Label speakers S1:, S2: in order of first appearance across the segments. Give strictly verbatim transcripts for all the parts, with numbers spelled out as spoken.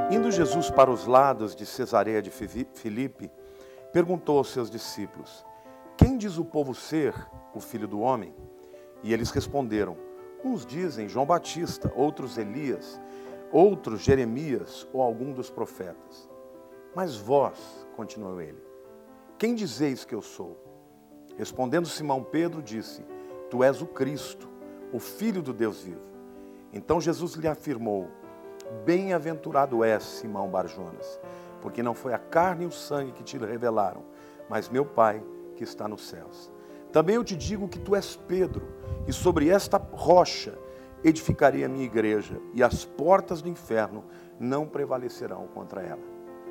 S1: Indo Jesus para os lados de Cesareia de Filipe, perguntou aos seus discípulos: quem diz o povo ser o Filho do Homem? E eles responderam: uns dizem João Batista, outros Elias, outros Jeremias ou algum dos profetas. Mas vós, continuou ele, quem dizeis que eu sou? Respondendo Simão Pedro, disse: tu és o Cristo, o Filho do Deus vivo. Então Jesus lhe afirmou: bem-aventurado és, Simão Barjonas, porque não foi a carne e o sangue que te revelaram, mas meu Pai que está nos céus. Também eu te digo que tu és Pedro, e sobre esta rocha edificarei a minha igreja, e as portas do inferno não prevalecerão contra ela.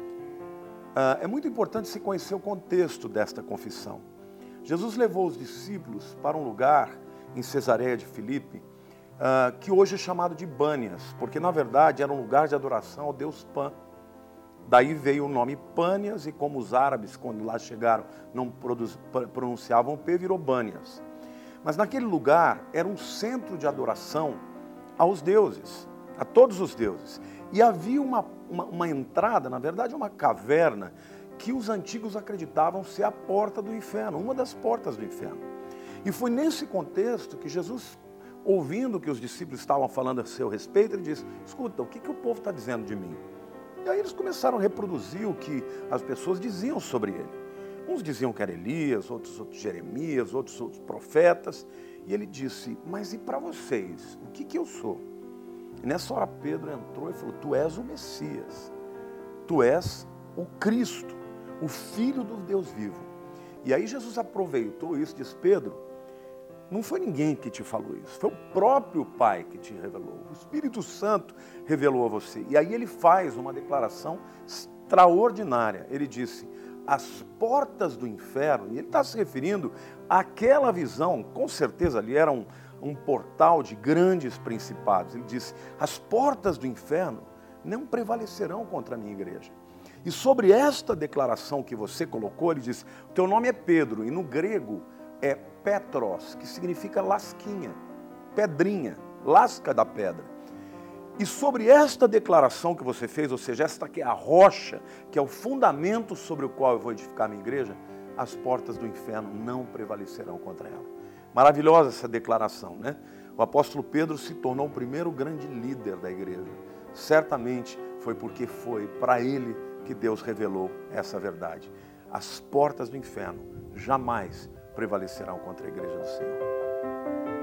S1: Ah, é muito importante se conhecer o contexto desta confissão. Jesus levou os discípulos para um lugar em Cesareia de Filipe, Uh, que hoje é chamado de Bânias, porque na verdade era um lugar de adoração ao deus Pan. Daí veio o nome Pânias, e como os árabes, quando lá chegaram, não pronunciavam P, virou Bânias. Mas naquele lugar era um centro de adoração aos deuses, a todos os deuses. E havia uma, uma, uma entrada, na verdade uma caverna, que os antigos acreditavam ser a porta do inferno, uma das portas do inferno. E foi nesse contexto que Jesus, ouvindo o que os discípulos estavam falando a seu respeito, ele disse: escuta, o que, que o povo está dizendo de mim? E aí eles começaram a reproduzir o que as pessoas diziam sobre ele. Uns diziam que era Elias, outros, outros Jeremias, outros, outros profetas. E ele disse: mas e para vocês? O que, que eu sou? E nessa hora Pedro entrou e falou: tu és o Messias, tu és o Cristo, o Filho do Deus vivo. E aí Jesus aproveitou isso, diz: Pedro, não foi ninguém que te falou isso, foi o próprio Pai que te revelou. O Espírito Santo revelou a você. E aí ele faz uma declaração extraordinária. Ele disse: as portas do inferno, e ele está se referindo àquela visão, com certeza ali era um, um portal de grandes principados. Ele disse: as portas do inferno não prevalecerão contra a minha igreja. E sobre esta declaração que você colocou, ele disse: o teu nome é Pedro, e no grego é Petros, que significa lasquinha, pedrinha, lasca da pedra. E sobre esta declaração que você fez, ou seja, esta que é a rocha, que é o fundamento sobre o qual eu vou edificar a minha igreja, as portas do inferno não prevalecerão contra ela. Maravilhosa essa declaração, né? O apóstolo Pedro se tornou o primeiro grande líder da igreja. Certamente foi porque foi para ele que Deus revelou essa verdade. As portas do inferno jamais prevalecerão contra a igreja do Senhor.